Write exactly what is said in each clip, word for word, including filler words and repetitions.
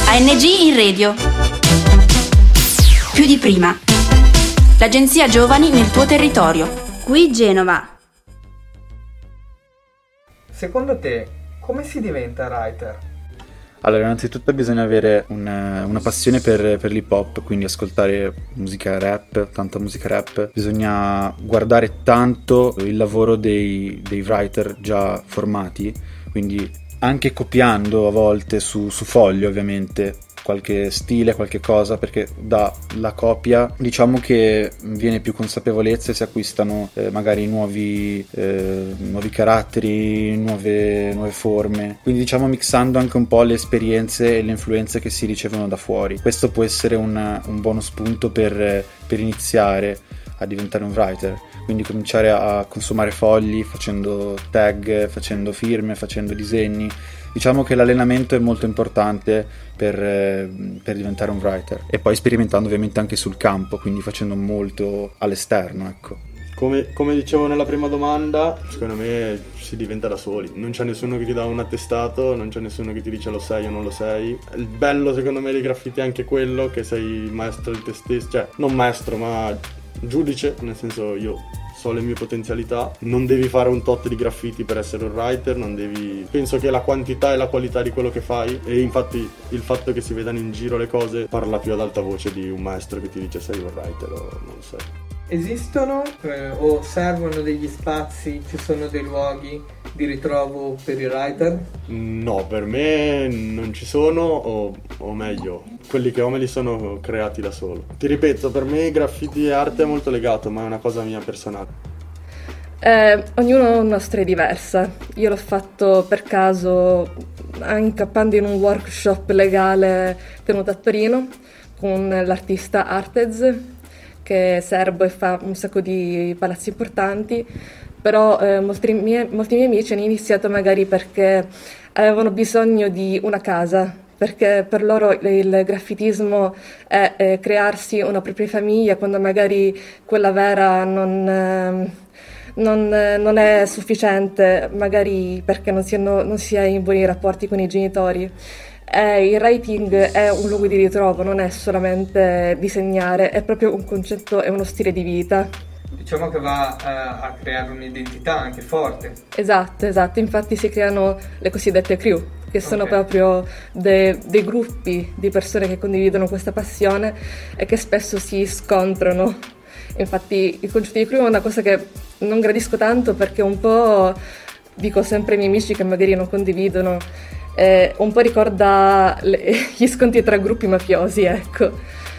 A N G in radio. Più di prima. L'agenzia Giovani nel tuo territorio. Qui Genova. Secondo te, come si diventa writer? Allora, innanzitutto bisogna avere una, una passione per, per l'hip hop, quindi ascoltare musica rap, tanta musica rap. Bisogna guardare tanto il lavoro dei, dei writer già formati, quindi anche copiando a volte su, su foglio, ovviamente, qualche stile, qualche cosa, perché dalla copia diciamo che viene più consapevolezza e si acquistano eh, magari nuovi, eh, nuovi caratteri, nuove, nuove forme, quindi diciamo mixando anche un po' le esperienze e le influenze che si ricevono da fuori. Questo può essere un, un buono spunto per, per iniziare a diventare un writer, quindi cominciare a consumare fogli facendo tag, facendo firme, facendo disegni. Diciamo che l'allenamento è molto importante per, per diventare un writer, e poi sperimentando ovviamente anche sul campo, quindi facendo molto all'esterno, ecco. Come, come dicevo nella prima domanda, secondo me si diventa da soli, non c'è nessuno che ti dà un attestato, non c'è nessuno che ti dice lo sei o non lo sei. Il bello secondo me dei graffiti è anche quello che sei maestro di te stesso, cioè non maestro ma giudice, nel senso io so le mie potenzialità, non devi fare un tot di graffiti per essere un writer, non devi... penso che la quantità e la qualità di quello che fai, e infatti il fatto che si vedano in giro le cose parla più ad alta voce di un maestro che ti dice sei un writer o non sei. Esistono eh, o servono degli spazi, ci sono dei luoghi di ritrovo per i writer? No, per me non ci sono, o, o meglio, quelli che ho me li sono creati da solo. Ti ripeto, per me graffiti e arte è molto legato, ma è una cosa mia personale. Eh, ognuno ha una storia diversa. Io l'ho fatto per caso incappando in un workshop legale tenuto a Torino con l'artista Artez, che è serbo e fa un sacco di palazzi importanti, però eh, molti, miei, molti miei amici hanno iniziato magari perché avevano bisogno di una casa, perché per loro il graffitismo è eh, crearsi una propria famiglia quando magari quella vera non, eh, non, eh, non è sufficiente, magari perché non si, hanno, non si è in buoni rapporti con i genitori. Eh, il writing è un luogo di ritrovo, non è solamente disegnare, è proprio un concetto, è uno stile di vita. Diciamo che va eh, a creare un'identità anche forte. Esatto, esatto, infatti si creano le cosiddette crew, che sono Okay. proprio de- dei gruppi di persone che condividono questa passione e che spesso si scontrano. Infatti il concetto di crew è una cosa che non gradisco tanto, perché un po', dico sempre ai miei amici che magari non condividono, Eh, un po' ricorda le, gli scontri tra gruppi mafiosi, ecco,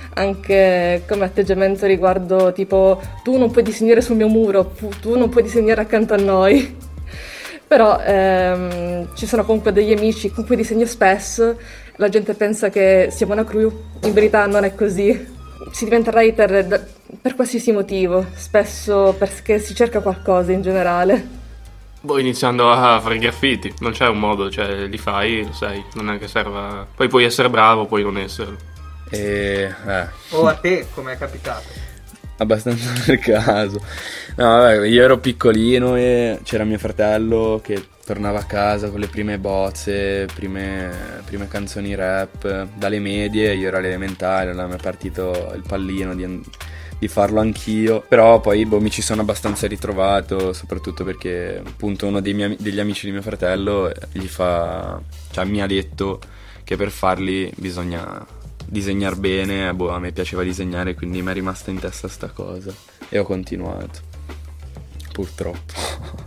anche come atteggiamento riguardo tipo tu non puoi disegnare sul mio muro, tu non puoi disegnare accanto a noi, però ehm, ci sono comunque degli amici con cui disegno spesso, la gente pensa che siamo una crew, in verità non è così, si diventa writer da, per qualsiasi motivo, spesso perché si cerca qualcosa in generale. Poi iniziando a fare i graffiti, non c'è un modo, cioè li fai, lo sai, non è che serva... Poi puoi essere bravo, puoi non esserlo. E, eh. O a te, come è capitato? Abbastanza per caso. No, vabbè, io ero piccolino e c'era mio fratello che tornava a casa con le prime bozze, prime, prime canzoni rap. Dalle medie, io ero alle elementari, allora mi è partito il pallino di... di farlo anch'io, però poi boh, mi ci sono abbastanza ritrovato, soprattutto perché appunto uno dei miei, degli amici di mio fratello gli fa, cioè mi ha detto che per farli bisogna disegnare bene, boh, a me piaceva disegnare, quindi mi è rimasta in testa sta cosa e ho continuato, purtroppo.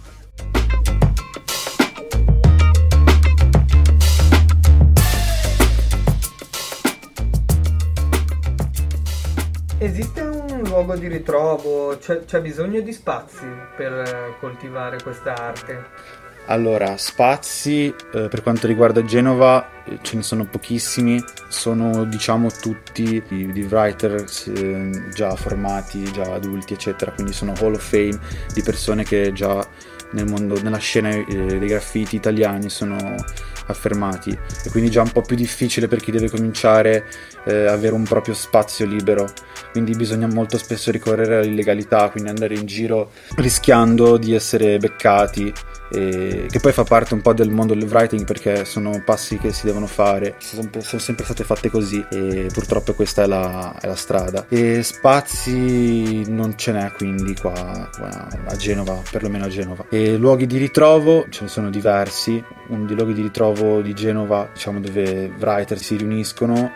Esiste un luogo di ritrovo? C'è, c'è bisogno di spazi per eh, coltivare questa arte? Allora, spazi eh, per quanto riguarda Genova eh, ce ne sono pochissimi, sono diciamo tutti di, di writer eh, già formati, già adulti eccetera, quindi sono hall of fame di persone che già nel mondo, nella scena eh, dei graffiti italiani sono affermati, e quindi già un po' più difficile per chi deve cominciare eh, avere un proprio spazio libero, quindi bisogna molto spesso ricorrere all'illegalità, quindi andare in giro rischiando di essere beccati, e che poi fa parte un po' del mondo del writing, perché sono passi che si devono fare, sono sempre, sono sempre state fatte così, e purtroppo questa è la, è la strada. E spazi non ce n'è quindi qua, qua a Genova, perlomeno a Genova. E luoghi di ritrovo ce ne sono diversi. Uno dei luoghi di ritrovo di Genova, diciamo, dove writer si riuniscono,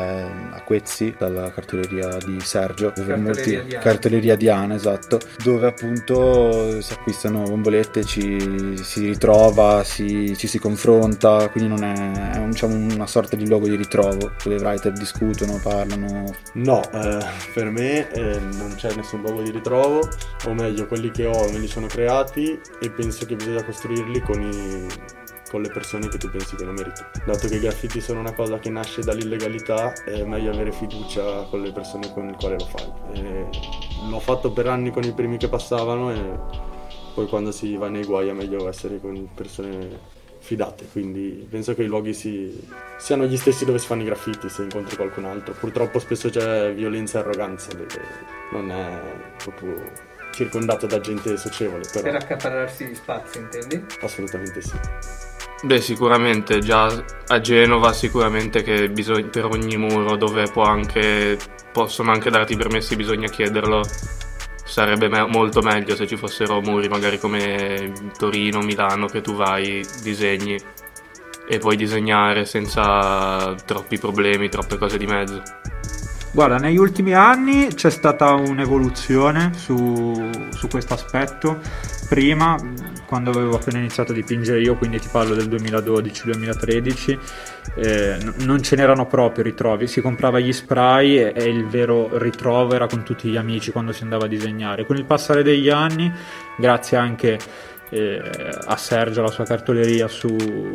a Quezzi, dalla cartoleria di Sergio, dove cartoleria molti Diana. cartoleria Diana, esatto, dove appunto si acquistano bombolette, ci si ritrova, si, ci si confronta, quindi non è, è un, diciamo, una sorta di luogo di ritrovo dove i writer discutono, parlano. No, eh, per me eh, non c'è nessun luogo di ritrovo, o meglio, quelli che ho me li sono creati e penso che bisogna costruirli con i con le persone che tu pensi che lo meriti. Dato che i graffiti sono una cosa che nasce dall'illegalità, è meglio avere fiducia con le persone con le quali lo fai. E l'ho fatto per anni con i primi che passavano, e poi quando si va nei guai è meglio essere con persone fidate, quindi penso che i luoghi si, siano gli stessi dove si fanno i graffiti se incontri qualcun altro. Purtroppo spesso c'è violenza e arroganza, dove non è proprio circondato da gente socievole. Però Per accaparrarsi gli spazi, intendi? assolutamente sì. Beh, sicuramente già a Genova sicuramente che bisogna, per ogni muro dove può anche, possono anche darti i permessi bisogna chiederlo. Sarebbe me- molto meglio se ci fossero muri magari come Torino, Milano, che tu vai, disegni e puoi disegnare senza troppi problemi, troppe cose di mezzo. Guarda, negli ultimi anni c'è stata un'evoluzione su, su questo aspetto. Prima, quando avevo appena iniziato a dipingere io, quindi ti parlo del duemiladodici duemilatredici, eh, n- non ce n'erano proprio ritrovi, si comprava gli spray e, e il vero ritrovo era con tutti gli amici quando si andava a disegnare. Con il passare degli anni, grazie anche eh, a Sergio, alla sua cartoleria su,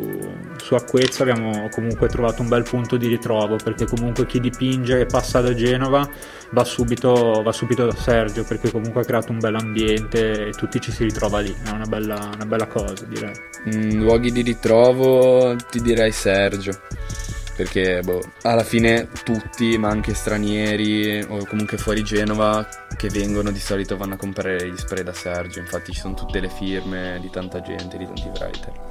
su Acquezza, abbiamo comunque trovato un bel punto di ritrovo, perché comunque chi dipinge e passa da Genova va subito, va subito da Sergio, perché comunque ha creato un bel ambiente e tutti ci si ritrova lì, è una bella, una bella cosa, direi. Mm, luoghi di ritrovo ti direi Sergio, perché boh, alla fine tutti, ma anche stranieri o comunque fuori Genova che vengono di solito vanno a comprare gli spray da Sergio, infatti ci sono tutte le firme di tanta gente, di tanti writer.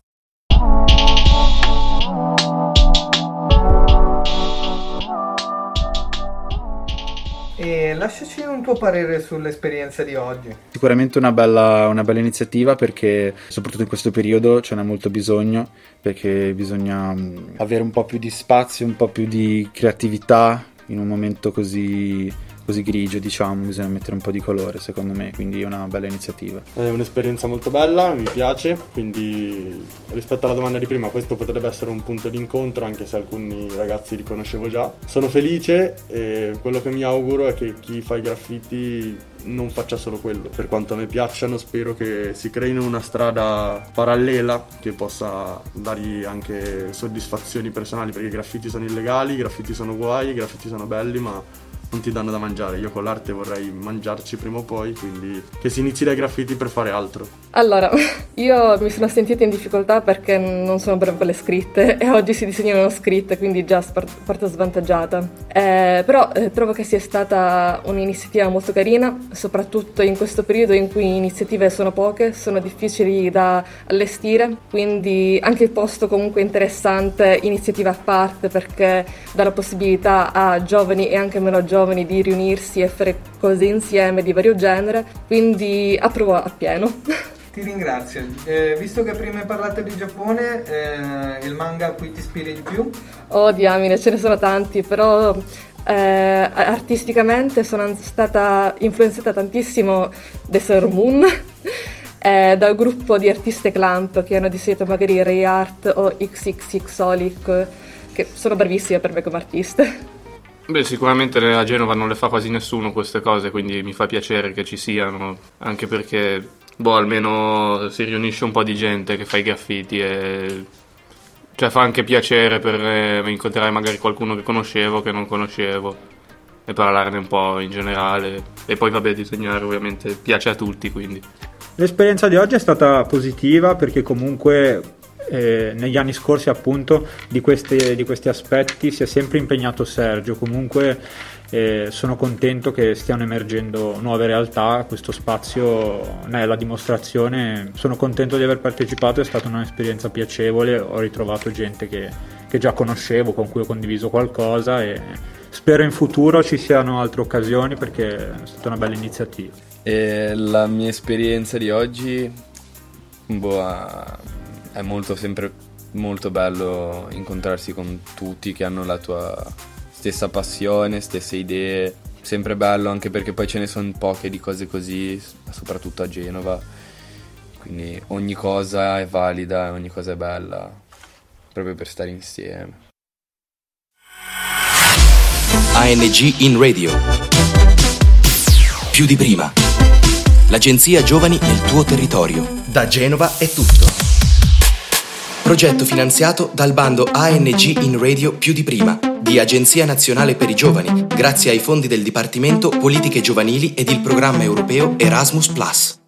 E lasciaci un tuo parere sull'esperienza di oggi. Sicuramente una bella, una bella iniziativa, perché soprattutto in questo periodo ce n'è molto bisogno, perché bisogna avere un po' più di spazio, un po' più di creatività in un momento così, così grigio, diciamo, bisogna mettere un po' di colore secondo me, quindi è una bella iniziativa. È un'esperienza molto bella, mi piace, quindi rispetto alla domanda di prima questo potrebbe essere un punto di incontro, anche se alcuni ragazzi li conoscevo già. Sono felice e quello che mi auguro è che chi fa i graffiti non faccia solo quello. Per quanto a me piacciono, spero che si creino una strada parallela che possa dargli anche soddisfazioni personali, perché i graffiti sono illegali, i graffiti sono guai, i graffiti sono belli, ma non ti danno da mangiare. Io con l'arte vorrei mangiarci prima o poi, quindi che si inizi dai graffiti per fare altro. Allora, io mi sono sentita in difficoltà perché non sono brava con le scritte e oggi si disegnano scritte, quindi già parto svantaggiata. Eh, però eh, trovo che sia stata un'iniziativa molto carina, soprattutto in questo periodo in cui iniziative sono poche, sono difficili da allestire, quindi anche il posto comunque interessante, iniziativa a parte, perché dà la possibilità a giovani e anche meno giovani di riunirsi e fare cose insieme di vario genere, quindi approvo a pieno. Ti ringrazio. Eh, visto che prima hai parlato di Giappone, eh, il manga a cui ti ispiri di più? Oh diamine, ce ne sono tanti, però eh, artisticamente sono stata influenzata tantissimo da Sailor Moon, eh, dal gruppo di artiste Clamp che hanno disegnato magari Ray Art o X X Xolic, che sono bravissime per me come artiste. Beh, sicuramente a Genova non le fa quasi nessuno queste cose, quindi mi fa piacere che ci siano, anche perché boh, almeno si riunisce un po' di gente che fa i graffiti e cioè fa anche piacere per eh, incontrare magari qualcuno che conoscevo, che non conoscevo, e parlarne un po' in generale. E poi vabbè, disegnare ovviamente piace a tutti, quindi. L'esperienza di oggi è stata positiva perché comunque eh, negli anni scorsi appunto di questi, di questi aspetti si è sempre impegnato Sergio. Comunque eh, sono contento che stiano emergendo nuove realtà, questo spazio ne è la dimostrazione. Sono contento di aver partecipato, è stata un'esperienza piacevole, ho ritrovato gente che, che già conoscevo, con cui ho condiviso qualcosa e spero in futuro ci siano altre occasioni perché è stata una bella iniziativa. E la mia esperienza di oggi boh, è molto sempre molto bello incontrarsi con tutti che hanno la tua stessa passione, stesse idee, sempre bello anche perché poi ce ne sono poche di cose così, soprattutto a Genova, quindi ogni cosa è valida, ogni cosa è bella, proprio per stare insieme. A N G in Radio. Più di prima. L'agenzia Giovani nel tuo territorio. Da Genova è tutto. Progetto finanziato dal bando A N G in Radio Più di prima di Agenzia Nazionale per i Giovani, grazie ai fondi del Dipartimento Politiche Giovanili ed il programma europeo Erasmus Plus.